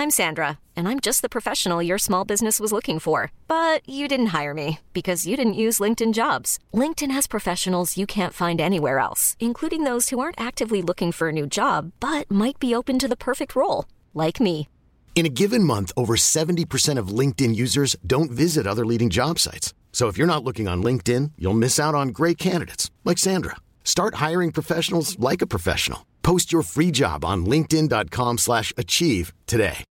I'm Sandra, and I'm just the professional your small business was looking for. But you didn't hire me because you didn't use LinkedIn Jobs. LinkedIn has professionals you can't find anywhere else, including those who aren't actively looking for a new job, but might be open to the perfect role, like me. In a given month, over 70% of LinkedIn users don't visit other leading job sites. So if you're not looking on LinkedIn, you'll miss out on great candidates like Sandra. Start hiring professionals like a professional. Post your free job on linkedin.com/achieve today.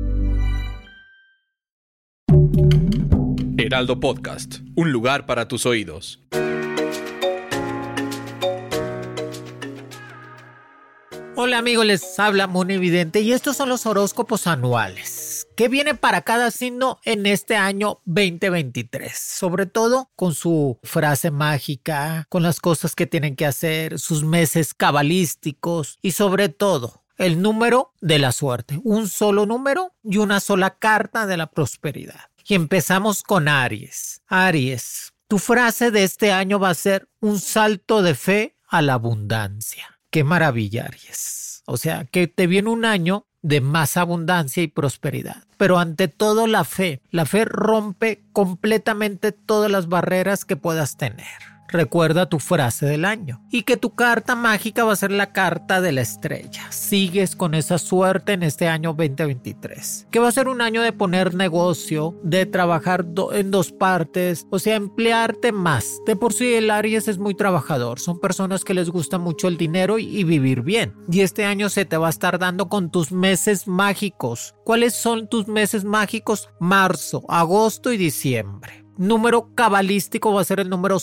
Heraldo Podcast, un lugar para tus oídos. Hola amigos, les habla Monividente y estos son los horóscopos anuales. ¿Qué viene para cada signo en este año 2023? Sobre todo con su frase mágica, con las cosas que tienen que hacer, sus meses cabalísticos y sobre todo el número de la suerte. Un solo número y una sola carta de la prosperidad. Y empezamos con Aries. Aries, tu frase de este año va a ser un salto de fe a la abundancia. ¡Qué maravilla, Aries! O sea, que te viene un año de más abundancia y prosperidad. Pero ante todo la fe. La fe rompe completamente todas las barreras que puedas tener. Recuerda tu frase del año. Y que tu carta mágica va a ser la carta de la estrella. Sigues con esa suerte en este año 2023. Que va a ser un año de poner negocio, de trabajar en dos partes, o sea, emplearte más. De por sí el Aries es muy trabajador. Son personas que les gusta mucho el dinero y vivir bien. Y este año se te va a estar dando con tus meses mágicos. ¿Cuáles son tus meses mágicos? Marzo, agosto y diciembre. Número cabalístico va a ser el número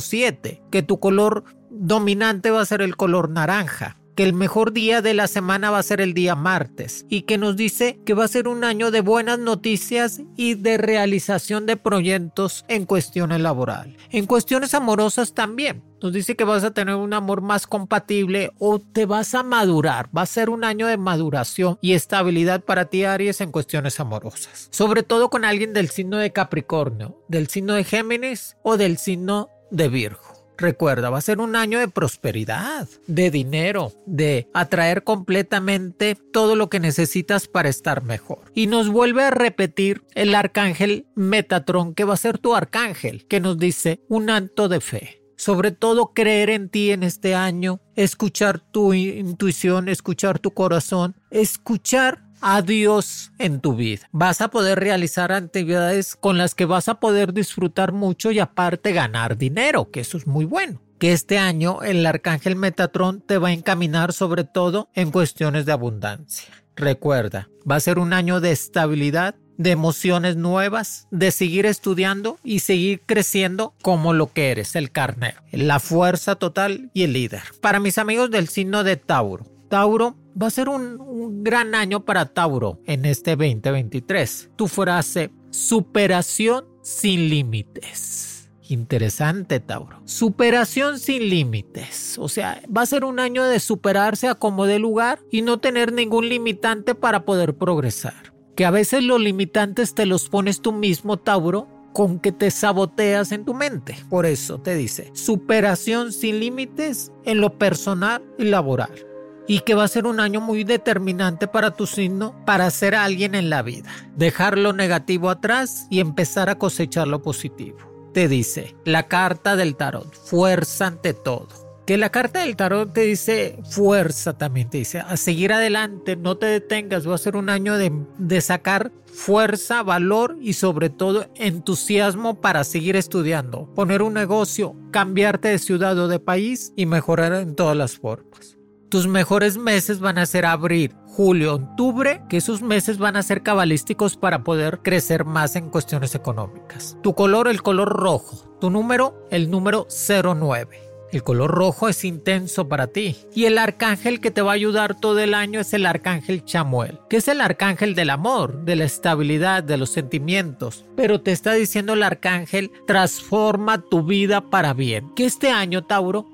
07, que tu color dominante va a ser el color naranja, que el mejor día de la semana va a ser el día martes y que nos dice que va a ser un año de buenas noticias y de realización de proyectos en cuestiones laborales. En cuestiones amorosas también. Nos dice que vas a tener un amor más compatible o te vas a madurar. Va a ser un año de maduración y estabilidad para ti, Aries, en cuestiones amorosas. Sobre todo con alguien del signo de Capricornio, del signo de Géminis o del signo de Virgo. Recuerda, va a ser un año de prosperidad, de dinero, de atraer completamente todo lo que necesitas para estar mejor. Y nos vuelve a repetir el arcángel Metatrón, que va a ser tu arcángel, que nos dice un acto de fe. Sobre todo creer en ti en este año, escuchar tu intuición, escuchar tu corazón, escuchar a Dios en tu vida. Vas a poder realizar actividades con las que vas a poder disfrutar mucho y aparte ganar dinero, que eso es muy bueno. Que este año el arcángel Metatrón te va a encaminar sobre todo en cuestiones de abundancia. Recuerda, va a ser un año de estabilidad, de emociones nuevas, de seguir estudiando y seguir creciendo como lo que eres, el carnero, la fuerza total y el líder. Para mis amigos del signo de Tauro, Tauro va a ser un gran año para Tauro en este 2023. Tu frase, superación sin límites. Interesante, Tauro. Superación sin límites. O sea, va a ser un año de superarse a como dé lugar y no tener ningún limitante para poder progresar. Que a veces los limitantes te los pones tú mismo, Tauro, con que te saboteas en tu mente. Por eso te dice, superación sin límites en lo personal y laboral. Y que va a ser un año muy determinante para tu signo para ser alguien en la vida. Dejar lo negativo atrás y empezar a cosechar lo positivo. Te dice la carta del tarot, fuerza ante todo. Que la carta del tarot te dice fuerza también, te dice a seguir adelante, no te detengas. Va a ser un año de sacar fuerza, valor y sobre todo entusiasmo para seguir estudiando. Poner un negocio, cambiarte de ciudad o de país y mejorar en todas las formas. Tus mejores meses van a ser abril, julio, octubre, que esos meses van a ser cabalísticos para poder crecer más en cuestiones económicas. Tu color, el color rojo. Tu número, el número 09. El color rojo es intenso para ti. Y el arcángel que te va a ayudar todo el año es el arcángel Chamuel, que es el arcángel del amor, de la estabilidad, de los sentimientos. Pero te está diciendo el arcángel, transforma tu vida para bien. Que este año, Tauro,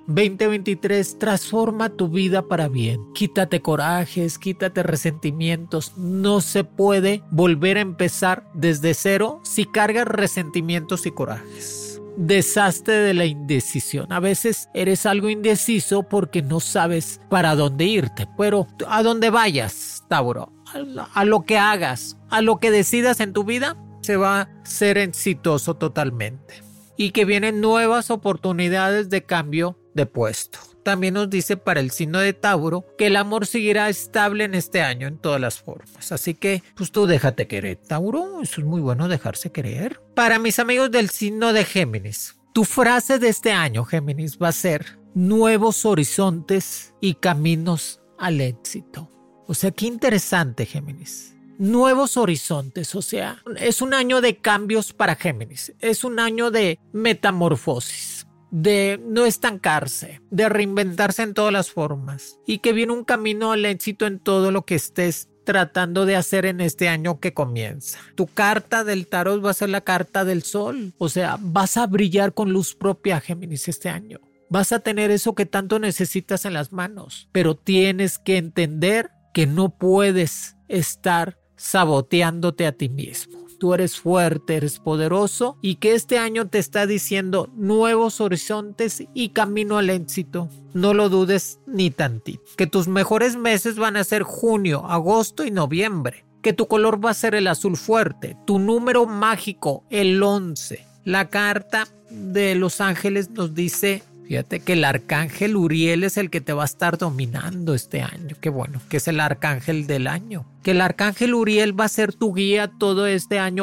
2023, transforma tu vida para bien. Quítate corajes, quítate resentimientos. No se puede volver a empezar desde cero si cargas resentimientos y corajes. deshazte de la indecisión. A veces eres algo indeciso porque no sabes para dónde irte, pero a donde vayas, Tauro, a lo que hagas, a lo que decidas en tu vida, se va a ser exitoso totalmente. Y que vienen nuevas oportunidades de cambio de puesto. También nos dice para el signo de Tauro que el amor seguirá estable en este año en todas las formas. Así que pues tú déjate querer, Tauro. Eso es muy bueno, dejarse querer. Para mis amigos del signo de Géminis, tu frase de este año, Géminis, va a ser nuevos horizontes y caminos al éxito. O sea, qué interesante, Géminis. Nuevos horizontes, o sea, es un año de cambios para Géminis. Es un año de metamorfosis, de no estancarse, de reinventarse en todas las formas y que viene un camino al éxito en todo lo que estés tratando de hacer en este año que comienza. Tu carta del tarot va a ser la carta del sol, o sea, vas a brillar con luz propia, Géminis, este año. Vas a tener eso que tanto necesitas en las manos, pero tienes que entender que no puedes estar saboteándote a ti mismo. Tú eres fuerte, eres poderoso y que este año te está diciendo nuevos horizontes y camino al éxito. No lo dudes ni tantito. Que tus mejores meses van a ser junio, agosto y noviembre. Que tu color va a ser el azul fuerte. Tu número mágico, el 11. La carta de los ángeles nos dice, fíjate que el arcángel Uriel es el que te va a estar dominando este año. Qué bueno, que es el arcángel del año. Que el arcángel Uriel va a ser tu guía todo este año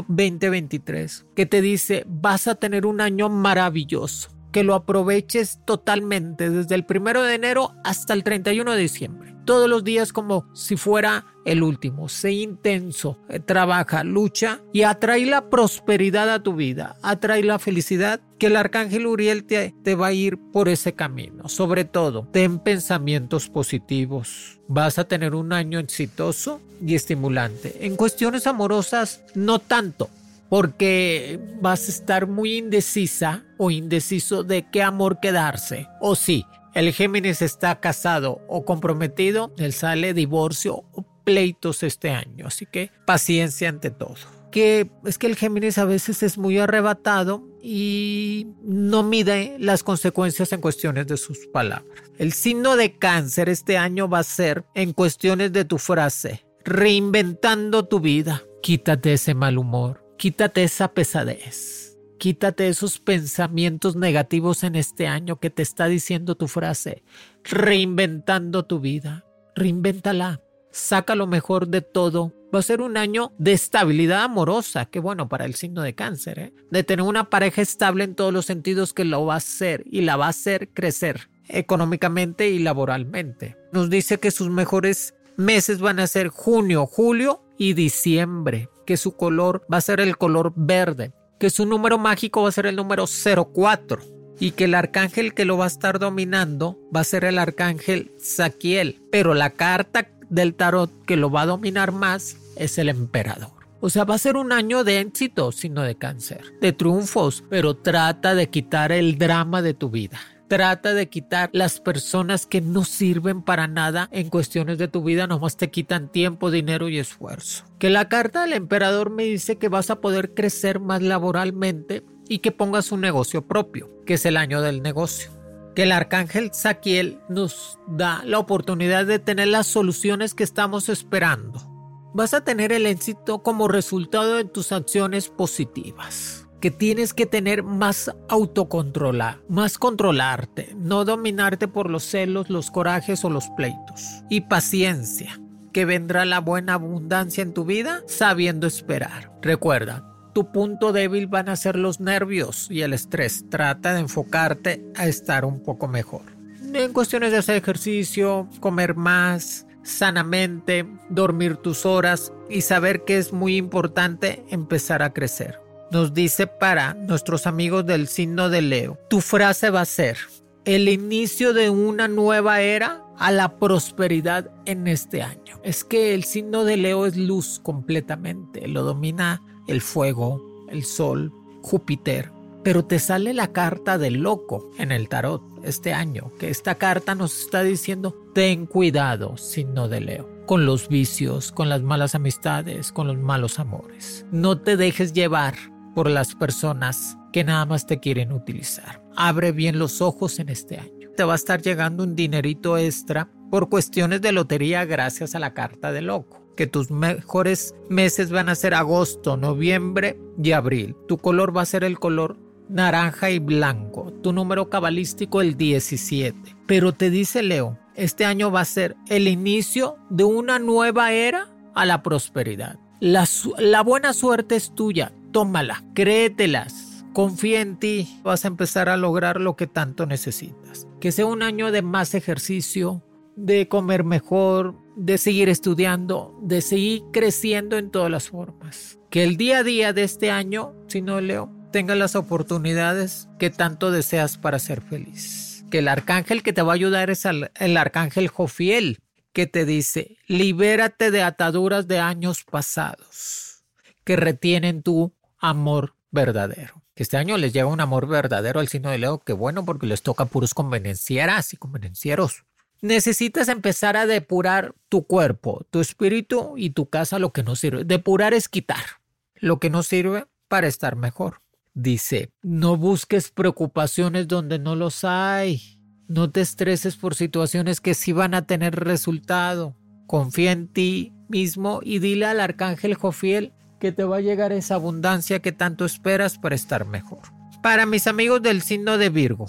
2023. Que te dice, vas a tener un año maravilloso. Que lo aproveches totalmente desde el 1 de enero hasta el 31 de diciembre. Todos los días como si fuera el último. Sé intenso, trabaja, lucha y atrae la prosperidad a tu vida. Atrae la felicidad, que el arcángel Uriel te va a ir por ese camino. Sobre todo, ten pensamientos positivos. Vas a tener un año exitoso y estimulante. En cuestiones amorosas, no tanto, porque vas a estar muy indecisa o indeciso de qué amor quedarse. O sí, el Géminis está casado o comprometido, él sale divorcio o pleitos este año. Así que paciencia ante todo. Que es que el Géminis a veces es muy arrebatado y no mide las consecuencias en cuestiones de sus palabras. El signo de Cáncer este año va a ser en cuestiones de tu frase, reinventando tu vida. Quítate ese mal humor. Quítate esa pesadez, quítate esos pensamientos negativos en este año que te está diciendo tu frase, reinventando tu vida, reinvéntala, saca lo mejor de todo. Va a ser un año de estabilidad amorosa, que bueno para el signo de Cáncer, de tener una pareja estable en todos los sentidos que lo va a hacer y la va a hacer crecer económicamente y laboralmente. Nos dice que sus mejores meses van a ser junio, julio y diciembre, que su color va a ser el color verde, que su número mágico va a ser el número 04 y que el arcángel que lo va a estar dominando va a ser el arcángel Zaquiel, pero la carta del tarot que lo va a dominar más es el emperador. O sea, va a ser un año de éxito, signo de Cáncer, de triunfos, pero trata de quitar el drama de tu vida. Trata de quitar las personas que no sirven para nada en cuestiones de tu vida, nomás te quitan tiempo, dinero y esfuerzo. Que la carta del emperador me dice que vas a poder crecer más laboralmente y que pongas un negocio propio, que es el año del negocio. Que el arcángel Zaquiel nos da la oportunidad de tener las soluciones que estamos esperando. Vas a tener el éxito como resultado de tus acciones positivas. Que tienes que tener más autocontrol, más controlarte, no dominarte por los celos, los corajes o los pleitos. Y paciencia, que vendrá la buena abundancia en tu vida sabiendo esperar. Recuerda, tu punto débil van a ser los nervios y el estrés. Trata de enfocarte a estar un poco mejor. En cuestiones de hacer ejercicio, comer más sanamente, dormir tus horas y saber que es muy importante empezar a crecer. Nos dice para nuestros amigos del signo de Leo, tu frase va a ser el inicio de una nueva era a la prosperidad en este año. Es que el signo de Leo es luz completamente, lo domina el fuego, el sol, Júpiter, pero te sale la carta del loco en el tarot este año, que esta carta nos está diciendo ten cuidado, signo de Leo, con los vicios, con las malas amistades, con los malos amores. No te dejes llevar por las personas que nada más te quieren utilizar. Abre bien los ojos en este año. Te va a estar llegando un dinerito extra por cuestiones de lotería gracias a la carta de loco. Que tus mejores meses van a ser agosto, noviembre y abril. Tu color va a ser el color naranja y blanco. Tu número cabalístico el 17. Pero te dice Leo, este año va a ser el inicio de una nueva era a la prosperidad. La buena suerte es tuya. Tómala, créetelas. Confía en ti. Vas a empezar a lograr lo que tanto necesitas. Que sea un año de más ejercicio, de comer mejor, de seguir estudiando, de seguir creciendo en todas las formas. Que el día a día de este año, si no Leo, tenga las oportunidades que tanto deseas para ser feliz. Que el arcángel que te va a ayudar es el arcángel Jofiel, que te dice, libérate de ataduras de años pasados que retienen tu amor verdadero. Que este año les llega un amor verdadero al signo de Leo, que bueno, porque les toca puros convenencieras y convenencieros. Necesitas empezar a depurar tu cuerpo, tu espíritu y tu casa, lo que no sirve. Depurar es quitar lo que no sirve para estar mejor. Dice, no busques preocupaciones donde no los hay. No te estreses por situaciones que sí van a tener resultado. Confía en ti mismo y dile al arcángel Jofiel que te va a llegar esa abundancia que tanto esperas para estar mejor. Para mis amigos del signo de Virgo,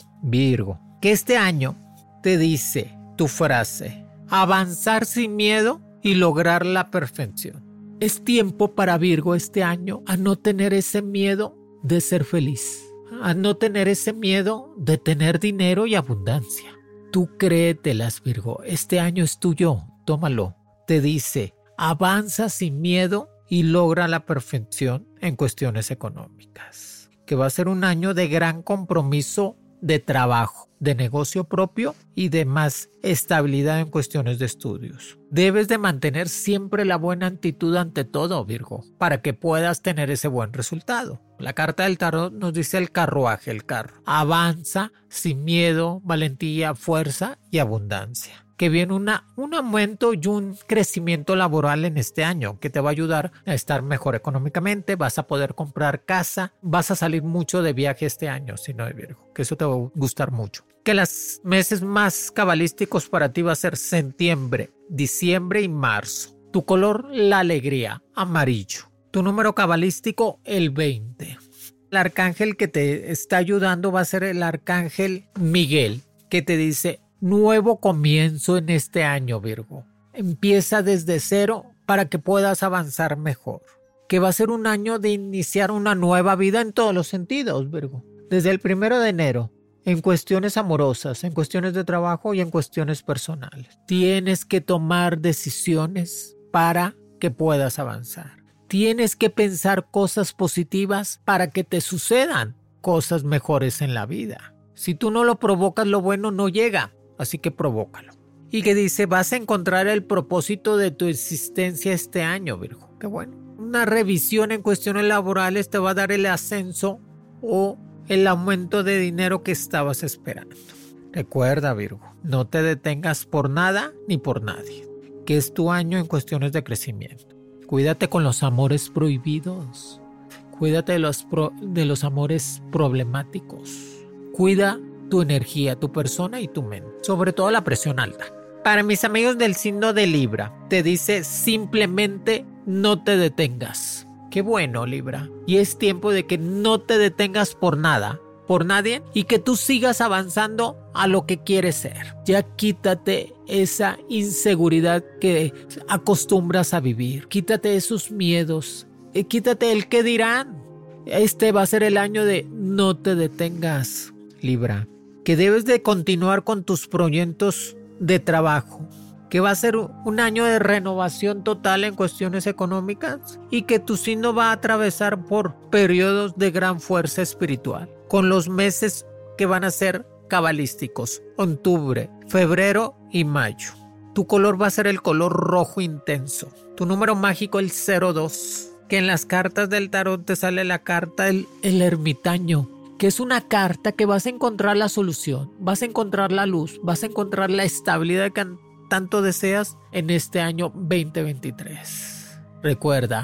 que este año te dice tu frase, avanzar sin miedo y lograr la perfección. Es tiempo para Virgo este año a no tener ese miedo de ser feliz, a no tener ese miedo de tener dinero y abundancia. Tú créetelas, Virgo, este año es tuyo, tómalo. Te dice, avanza sin miedo y logra la perfección en cuestiones económicas. Que va a ser un año de gran compromiso de trabajo, de negocio propio y de más estabilidad en cuestiones de estudios. Debes de mantener siempre la buena actitud ante todo, Virgo, para que puedas tener ese buen resultado. La carta del tarot nos dice el carruaje, el carro. Avanza sin miedo, valentía, fuerza y abundancia. Que viene un aumento y un crecimiento laboral en este año que te va a ayudar a estar mejor económicamente, vas a poder comprar casa, vas a salir mucho de viaje este año, si no de Virgo, que eso te va a gustar mucho. Que los meses más cabalísticos para ti va a ser septiembre, diciembre y marzo. Tu color, la alegría, amarillo. Tu número cabalístico, el 20. El arcángel que te está ayudando va a ser el arcángel Miguel, que te dice, nuevo comienzo en este año, Virgo. Empieza desde cero para que puedas avanzar mejor. Que va a ser un año de iniciar una nueva vida en todos los sentidos, Virgo. Desde el 1 de enero, en cuestiones amorosas, en cuestiones de trabajo y en cuestiones personales. Tienes que tomar decisiones para que puedas avanzar. Tienes que pensar cosas positivas para que te sucedan cosas mejores en la vida. Si tú no lo provocas, lo bueno no llega. Así que provócalo. Y que dice, vas a encontrar el propósito de tu existencia este año, Virgo. Qué bueno. Una revisión en cuestiones laborales te va a dar el ascenso o el aumento de dinero que estabas esperando. Recuerda, Virgo, no te detengas por nada ni por nadie, que es tu año en cuestiones de crecimiento. Cuídate con los amores prohibidos. Cuídate de los amores problemáticos. Cuida tu energía, tu persona y tu mente. Sobre todo la presión alta. Para mis amigos del signo de Libra, te dice simplemente no te detengas. Qué bueno, Libra. Y es tiempo de que no te detengas por nada, por nadie, y que tú sigas avanzando a lo que quieres ser. Ya quítate esa inseguridad que acostumbras a vivir. Quítate esos miedos. Quítate el qué dirán. Este va a ser el año de no te detengas, Libra. Que debes de continuar con tus proyectos de trabajo, que va a ser un año de renovación total en cuestiones económicas y que tu signo va a atravesar por periodos de gran fuerza espiritual, con los meses que van a ser cabalísticos, octubre, febrero y mayo. Tu color va a ser el color rojo intenso. Tu número mágico el 02, que en las cartas del tarot te sale la carta el ermitaño, que es una carta que vas a encontrar la solución, vas a encontrar la luz, vas a encontrar la estabilidad que tanto deseas en este año 2023. Recuerda,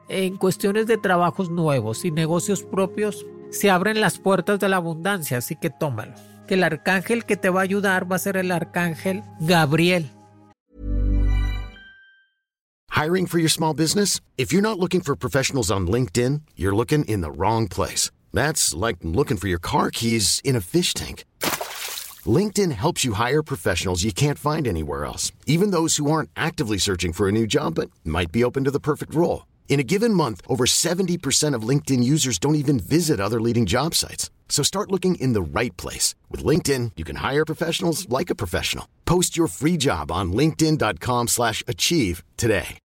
en cuestiones de trabajos nuevos y negocios propios, se abren las puertas de la abundancia, así que tómalo. Que el arcángel que te va a ayudar va a ser el arcángel Gabriel. Hiring for your small business? If you're not looking for professionals on LinkedIn, you're looking in the wrong place. That's like looking for your car keys in a fish tank. LinkedIn helps you hire professionals you can't find anywhere else, even those who aren't actively searching for a new job but might be open to the perfect role. In a given month, over 70% of LinkedIn users don't even visit other leading job sites. So start looking in the right place. With LinkedIn, you can hire professionals like a professional. Post your free job on linkedin.com/achieve today.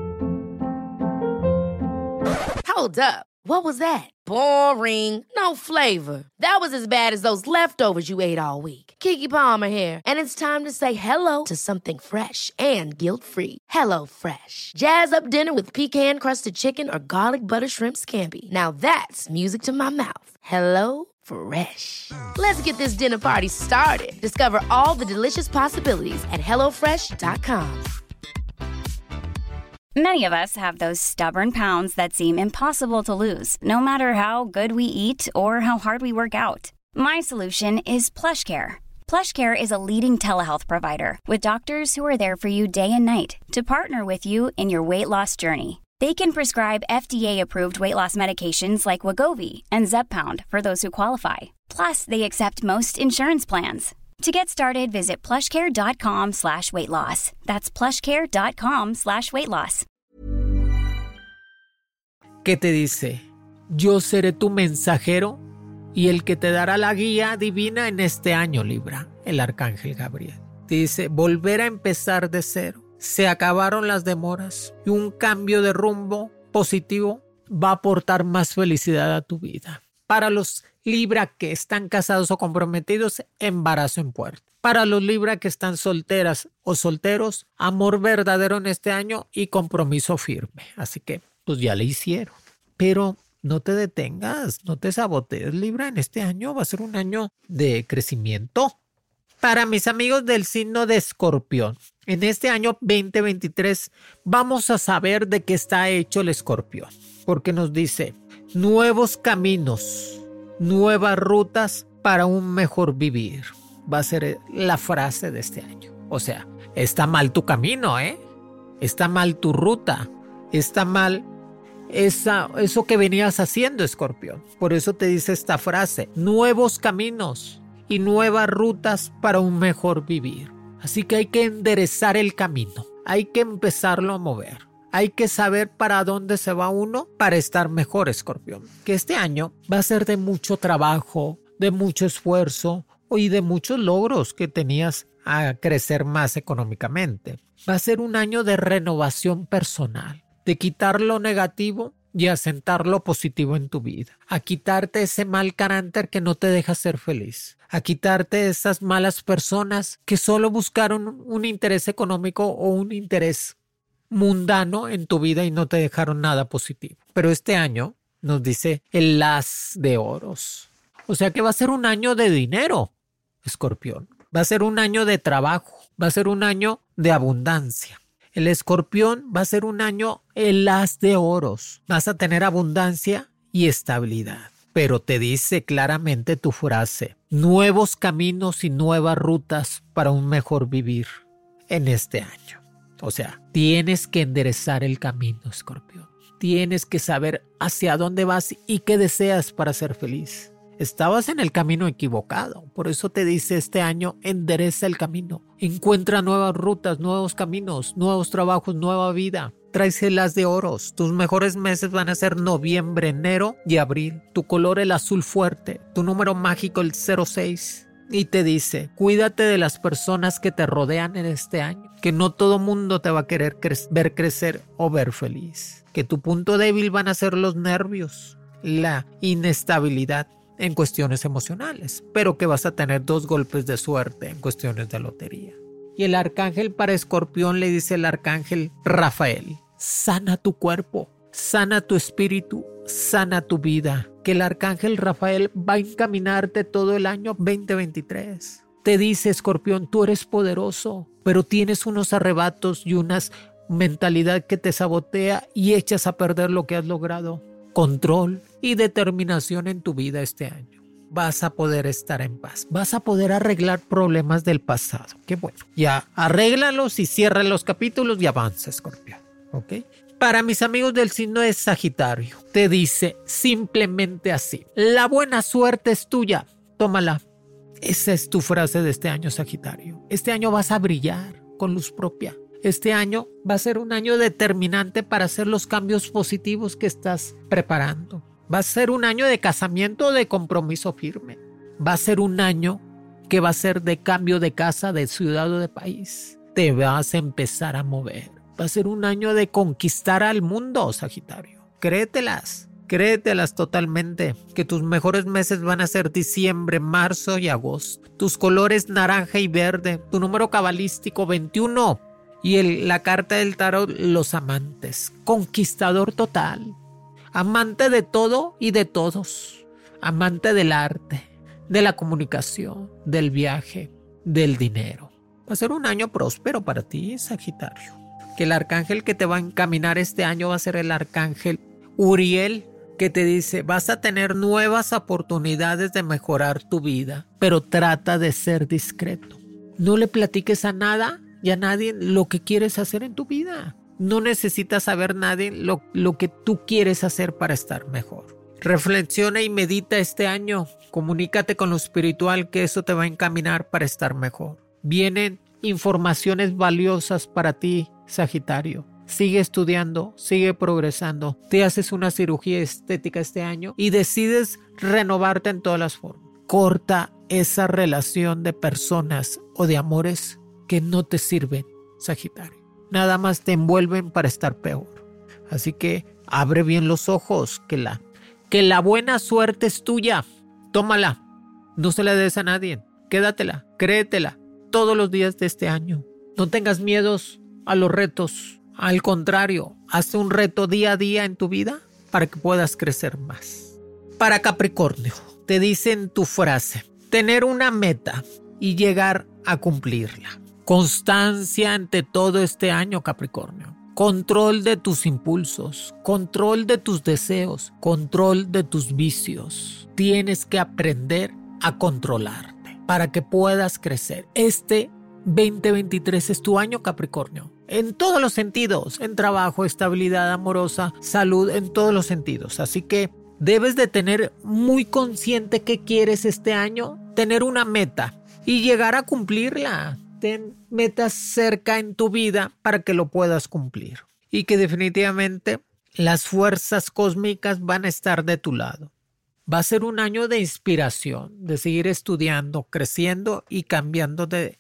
Hold up. What was that? Boring. No flavor. That was as bad as those leftovers you ate all week. Keke Palmer here, and it's time to say hello to something fresh and guilt-free. Hello Fresh. Jazz up dinner with pecan-crusted chicken or garlic butter shrimp scampi. Now that's music to my mouth. Hello Fresh. Let's get this dinner party started. Discover all the delicious possibilities at hellofresh.com. Many of us have those stubborn pounds that seem impossible to lose, no matter how good we eat or how hard we work out. My solution is PlushCare. PlushCare is a leading telehealth provider with doctors who are there for you day and night to partner with you in your weight loss journey. They can prescribe FDA-approved weight loss medications like Wegovy and Zepbound for those who qualify. Plus, they accept most insurance plans. To get started, visit plushcare.com/weightloss. That's plushcare.com/weightloss. ¿Qué te dice? Yo seré tu mensajero y el que te dará la guía divina en este año, Libra, el arcángel Gabriel. Te dice, volver a empezar de cero. Se acabaron las demoras y un cambio de rumbo positivo va a aportar más felicidad a tu vida. Para los Libra que están casados o comprometidos, embarazo en puerta. Para los Libra que están solteras o solteros, amor verdadero en este año y compromiso firme. Así que, pues ya le hicieron. Pero no te detengas, no te sabotees, Libra. En este año va a ser un año de crecimiento. Para mis amigos del signo de Escorpión, en este año 2023 vamos a saber de qué está hecho el Escorpión. Porque nos dice, nuevos caminos, nuevas rutas para un mejor vivir. Va a ser la frase de este año. O sea, está mal tu camino, está mal tu ruta, está mal eso que venías haciendo, Escorpión. Por eso te dice esta frase, nuevos caminos y nuevas rutas para un mejor vivir. Así que hay que enderezar el camino, hay que empezarlo a mover. Hay que saber para dónde se va uno para estar mejor, Escorpión. Que este año va a ser de mucho trabajo, de mucho esfuerzo y de muchos logros que tenías a crecer más económicamente. Va a ser un año de renovación personal, de quitar lo negativo y asentar lo positivo en tu vida. A quitarte ese mal carácter que no te deja ser feliz. A quitarte esas malas personas que solo buscaron un interés económico o un interés mundano en tu vida y no te dejaron nada positivo. Pero este año nos dice el as de oros. O sea que va a ser un año de dinero, Escorpión. Va a ser un año de trabajo. Va a ser un año de abundancia. El Escorpión va a ser un año el as de oros. Vas a tener abundancia y estabilidad. Pero te dice claramente tu frase, nuevos caminos y nuevas rutas para un mejor vivir en este año. O sea, tienes que enderezar el camino, Escorpión. Tienes que saber hacia dónde vas y qué deseas para ser feliz. Estabas en el camino equivocado. Por eso te dice este año, endereza el camino. Encuentra nuevas rutas, nuevos caminos, nuevos trabajos, nueva vida. Tráeselas de oros. Tus mejores meses van a ser noviembre, enero y abril. Tu color el azul fuerte. Tu número mágico el 06. Y te dice, cuídate de las personas que te rodean en este año, que no todo mundo te va a querer ver crecer o ver feliz, que tu punto débil van a ser los nervios, la inestabilidad en cuestiones emocionales, pero que vas a tener 2 golpes de suerte en cuestiones de lotería. Y el arcángel para Escorpión le dice el arcángel Rafael, sana tu cuerpo, sana tu espíritu, sana tu vida, que el arcángel Rafael va a encaminarte todo el año 2023. Te dice, Escorpión, tú eres poderoso, pero tienes unos arrebatos y unas mentalidad que te sabotea y echas a perder lo que has logrado. Control y determinación en tu vida este año. Vas a poder estar en paz. Vas a poder arreglar problemas del pasado. Qué bueno. Ya arréglalos y cierra los capítulos y avanza, Escorpión. ¿Ok? Para mis amigos del signo de Sagitario, te dice simplemente así: la buena suerte es tuya. Tómala. Esa es tu frase de este año, Sagitario. Este año vas a brillar con luz propia. Este año va a ser un año determinante para hacer los cambios positivos que estás preparando. Va a ser un año de casamiento o de compromiso firme. Va a ser un año que va a ser de cambio de casa, de ciudad o de país. Te vas a empezar a mover. Va a ser un año de conquistar al mundo, Sagitario. Créetelas totalmente. Que tus mejores meses van a ser diciembre, marzo y agosto. Tus colores naranja y verde. Tu número cabalístico 21. Y la carta del tarot, los amantes. Conquistador total. Amante de todo y de todos. Amante del arte, de la comunicación, del viaje, del dinero. Va a ser un año próspero para ti, Sagitario. Que el arcángel que te va a encaminar este año va a ser el arcángel Uriel, que te dice: vas a tener nuevas oportunidades de mejorar tu vida, pero trata de ser discreto. No le platiques a nada y a nadie lo que quieres hacer en tu vida. No necesitas saber nadie lo que tú quieres hacer para estar mejor. Reflexiona y medita este año. Comunícate con lo espiritual, que eso te va a encaminar para estar mejor. Vienen informaciones valiosas para ti, Sagitario. Sigue estudiando, sigue progresando. Te haces una cirugía estética este año y decides renovarte en todas las formas. Corta esa relación de personas o de amores que no te sirven, Sagitario. Nada más te envuelven para estar peor. Así que abre bien los ojos, que la buena suerte es tuya. Tómala. No se la des a nadie. Quédatela, créetela todos los días de este año. No tengas miedos a los retos. Al contrario, haz un reto día a día en tu vida para que puedas crecer más. Para Capricornio, te dicen tu frase: tener una meta y llegar a cumplirla. Constancia ante todo este año, Capricornio. Control de tus impulsos, control de tus deseos, control de tus vicios. Tienes que aprender a controlarte para que puedas crecer. Este 2023 es tu año, Capricornio. En todos los sentidos, en trabajo, estabilidad amorosa, salud, en todos los sentidos. Así que debes de tener muy consciente qué quieres este año, tener una meta y llegar a cumplirla. Ten metas cerca en tu vida para que lo puedas cumplir. Y que definitivamente las fuerzas cósmicas van a estar de tu lado. Va a ser un año de inspiración, de seguir estudiando, creciendo y cambiando de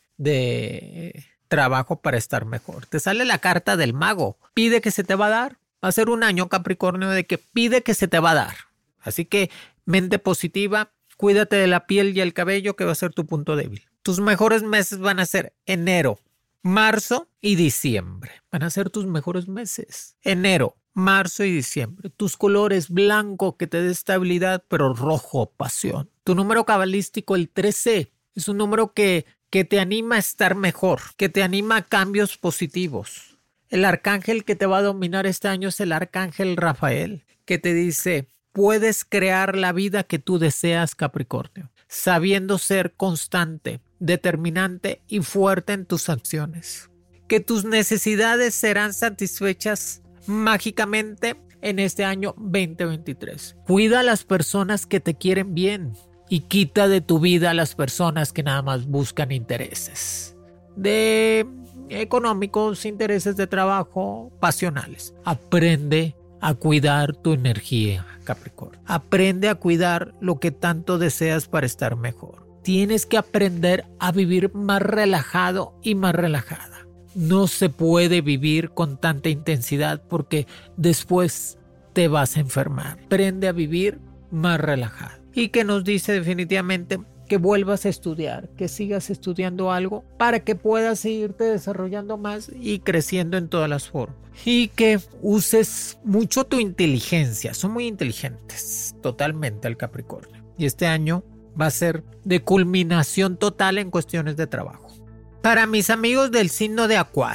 trabajo para estar mejor. Te sale la carta del mago. Pide que se te va a dar. Va a ser un año, Capricornio, de que pide que se te va a dar. Así que mente positiva, cuídate de la piel y el cabello, que va a ser tu punto débil. Tus mejores meses van a ser enero, marzo y diciembre. Van a ser tus mejores meses. Enero, marzo y diciembre. Tus colores: blanco, que te dé estabilidad, pero rojo, pasión. Tu número cabalístico, el 13, es un número que te anima a estar mejor, que te anima a cambios positivos. El arcángel que te va a dominar este año es el arcángel Rafael, que te dice: puedes crear la vida que tú deseas, Capricornio, sabiendo ser constante, determinante y fuerte en tus acciones. Que tus necesidades serán satisfechas mágicamente en este año 2023. Cuida a las personas que te quieren bien y quita de tu vida a las personas que nada más buscan intereses de económicos, intereses de trabajo, pasionales. Aprende a cuidar tu energía, Capricornio. Aprende a cuidar lo que tanto deseas para estar mejor. Tienes que aprender a vivir más relajado y más relajada. No se puede vivir con tanta intensidad porque después te vas a enfermar. Aprende a vivir más relajado. Y que nos dice definitivamente que vuelvas a estudiar, que sigas estudiando algo para que puedas seguirte desarrollando más y creciendo en todas las formas. Y que uses mucho tu inteligencia. Son muy inteligentes totalmente el Capricornio. Y este año va a ser de culminación total en cuestiones de trabajo. Para mis amigos del signo de Acuario,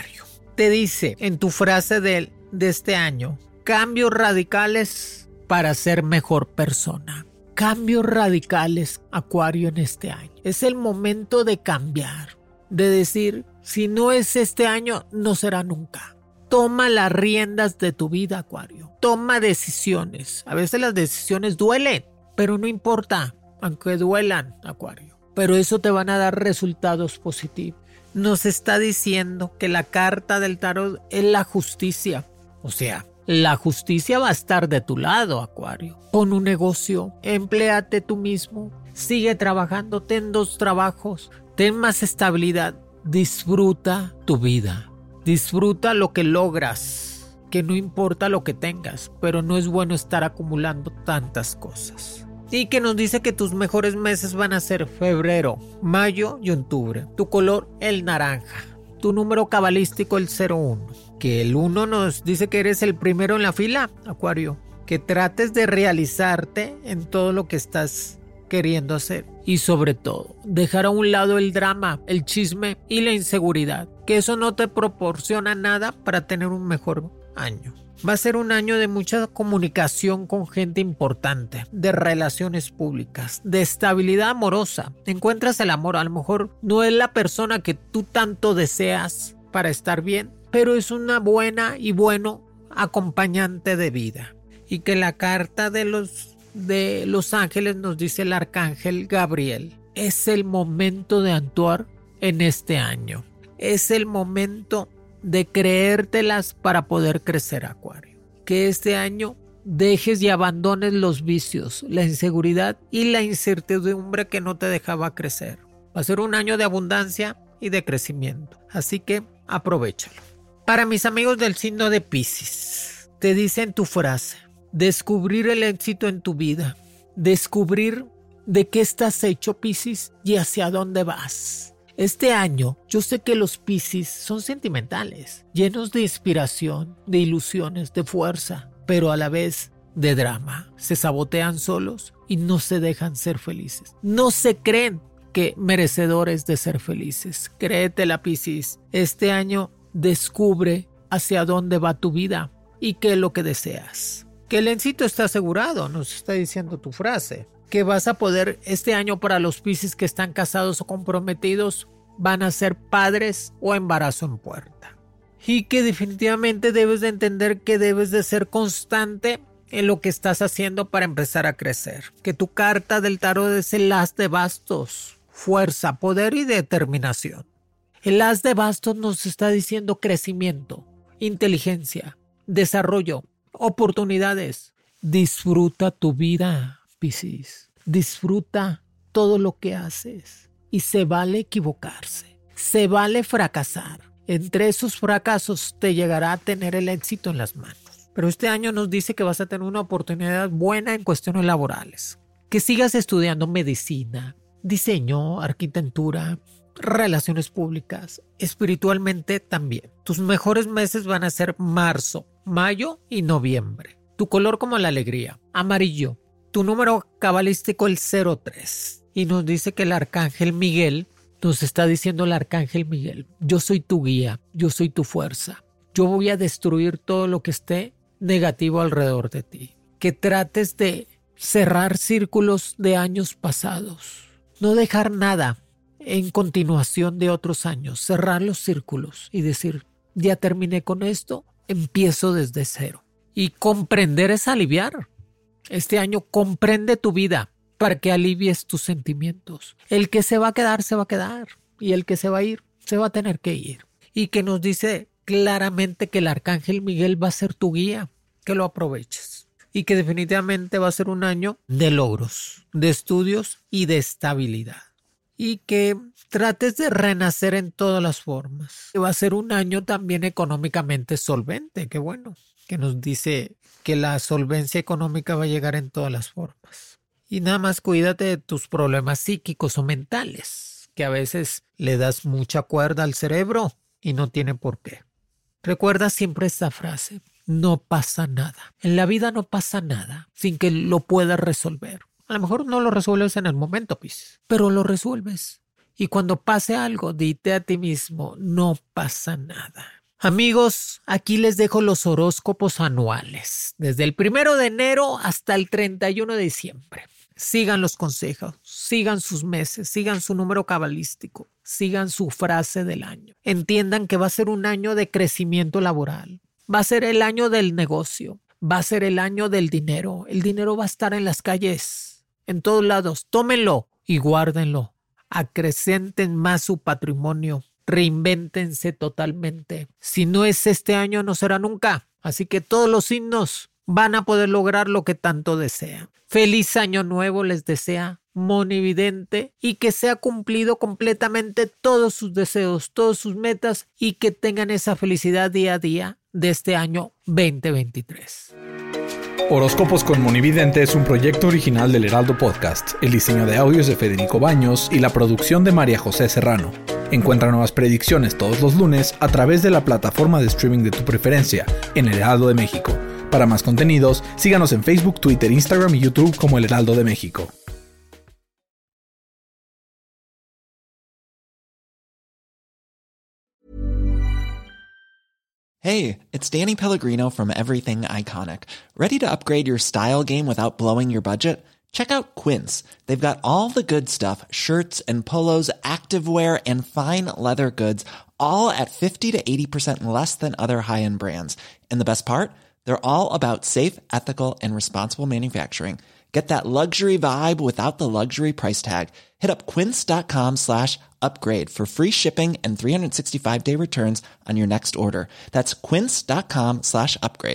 te dice en tu frase de este año, cambios radicales para ser mejor persona. Cambios radicales, Acuario, en este año. Es el momento de cambiar, de decir, si no es este año, no será nunca. Toma las riendas de tu vida, Acuario. Toma decisiones. A veces las decisiones duelen, pero no importa, aunque duelan, Acuario. Pero eso te van a dar resultados positivos. Nos está diciendo que la carta del tarot es la justicia. O sea, la justicia va a estar de tu lado, Acuario. Pon un negocio, empléate tú mismo, sigue trabajando, ten 2 trabajos, ten más estabilidad. Disfruta tu vida, disfruta lo que logras, que no importa lo que tengas, pero no es bueno estar acumulando tantas cosas. Y que nos dice que tus mejores meses van a ser febrero, mayo y octubre. Tu color, el naranja. Tu número cabalístico, el 01. Que el 1 nos dice que eres el primero en la fila, Acuario. Que trates de realizarte en todo lo que estás queriendo hacer. Y sobre todo, dejar a un lado el drama, el chisme y la inseguridad. Que eso no te proporciona nada para tener un mejor año. Va a ser un año de mucha comunicación con gente importante, de relaciones públicas, de estabilidad amorosa. Encuentras el amor, a lo mejor no es la persona que tú tanto deseas para estar bien, pero es una buena y bueno acompañante de vida. Y que la carta de los ángeles nos dice el arcángel Gabriel. Es el momento de actuar en este año. Es el momento de creértelas para poder crecer, Acuario. Que este año dejes y abandones los vicios, la inseguridad y la incertidumbre que no te dejaba crecer. Va a ser un año de abundancia y de crecimiento, así que aprovéchalo. Para mis amigos del signo de Piscis, te dice en tu frase, descubrir el éxito en tu vida, descubrir de qué estás hecho, Piscis, y hacia dónde vas. Este año, yo sé que los Piscis son sentimentales, llenos de inspiración, de ilusiones, de fuerza, pero a la vez de drama. Se sabotean solos y no se dejan ser felices. No se creen que merecedores de ser felices. Créetela, Piscis. Este año descubre hacia dónde va tu vida y qué es lo que deseas. Que el éxito está asegurado, nos está diciendo tu frase. Que vas a poder este año para los Piscis que están casados o comprometidos, van a ser padres o embarazo en puerta. Y que definitivamente debes de entender que debes de ser constante en lo que estás haciendo para empezar a crecer. Que tu carta del tarot es el as de bastos, fuerza, poder y determinación. El as de bastos nos está diciendo crecimiento, inteligencia, desarrollo, oportunidades. Disfruta tu vida, Piscis. Disfruta todo lo que haces y se vale equivocarse, se vale fracasar. Entre esos fracasos te llegará a tener el éxito en las manos. Pero este año nos dice que vas a tener una oportunidad buena en cuestiones laborales. Que sigas estudiando medicina, diseño, arquitectura, relaciones públicas, espiritualmente también. Tus mejores meses van a ser marzo, mayo y noviembre. Tu color como la alegría, amarillo. Tu número cabalístico el 03 y nos dice que el arcángel Miguel, nos está diciendo el arcángel Miguel, yo soy tu guía, yo soy tu fuerza, yo voy a destruir todo lo que esté negativo alrededor de ti. Que trates de cerrar círculos de años pasados, no dejar nada en continuación de otros años, cerrar los círculos y decir, ya terminé con esto, empiezo desde cero. Y comprender es aliviar. Este año comprende tu vida para que alivies tus sentimientos. El que se va a quedar, se va a quedar. Y el que se va a ir, se va a tener que ir. Y que nos dice claramente que el arcángel Miguel va a ser tu guía. Que lo aproveches. Y que definitivamente va a ser un año de logros, de estudios y de estabilidad. Y que trates de renacer en todas las formas. Que va a ser un año también económicamente solvente. Qué bueno. Que nos dice que la solvencia económica va a llegar en todas las formas. Y nada más cuídate de tus problemas psíquicos o mentales, que a veces le das mucha cuerda al cerebro y no tiene por qué. Recuerda siempre esta frase, no pasa nada. En la vida no pasa nada sin que lo puedas resolver. A lo mejor no lo resuelves en el momento, pero lo resuelves. Y cuando pase algo, dite a ti mismo, no pasa nada. Amigos, aquí les dejo los horóscopos anuales, desde el 1 de enero hasta el 31 de diciembre. Sigan los consejos, sigan sus meses, sigan su número cabalístico, sigan su frase del año. Entiendan que va a ser un año de crecimiento laboral, va a ser el año del negocio, va a ser el año del dinero. El dinero va a estar en las calles, en todos lados. Tómenlo y guárdenlo. Acrecenten más su patrimonio. Reinvéntense totalmente. Si no es este año, no será nunca. Así que todos los signos van a poder lograr lo que tanto desean. Feliz año nuevo les desea Moni Vidente y que sea cumplido completamente todos sus deseos, todas sus metas y que tengan esa felicidad día a día de este año 2023. Horóscopos con Moni Vidente es un proyecto original del Heraldo Podcast. El diseño de audios de Federico Baños y la producción de María José Serrano. Encuentra nuevas predicciones todos los lunes a través de la plataforma de streaming de tu preferencia en El Heraldo de México. Para más contenidos, síganos en Facebook, Twitter, Instagram y YouTube como El Heraldo de México. Hey, it's Danny Pellegrino from Everything Iconic. Ready to upgrade your style game without blowing your budget? Check out Quince. They've got all the good stuff, shirts and polos, activewear, and fine leather goods, all at 50 to 80% less than other high-end brands. And the best part? They're all about safe, ethical, and responsible manufacturing. Get that luxury vibe without the luxury price tag. Hit up quince.com/upgrade for free shipping and 365-day returns on your next order. That's quince.com/upgrade.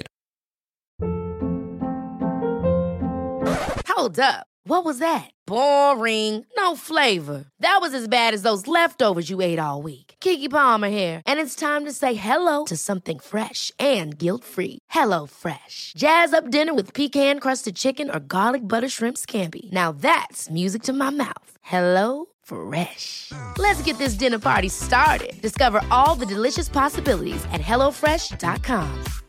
Hold up. What was that? Boring. No flavor. That was as bad as those leftovers you ate all week. Keke Palmer here, and it's time to say hello to something fresh and guilt-free. Hello Fresh. Jazz up dinner with pecan-crusted chicken or garlic butter shrimp scampi. Now that's music to my mouth. Hello Fresh. Let's get this dinner party started. Discover all the delicious possibilities at HelloFresh.com.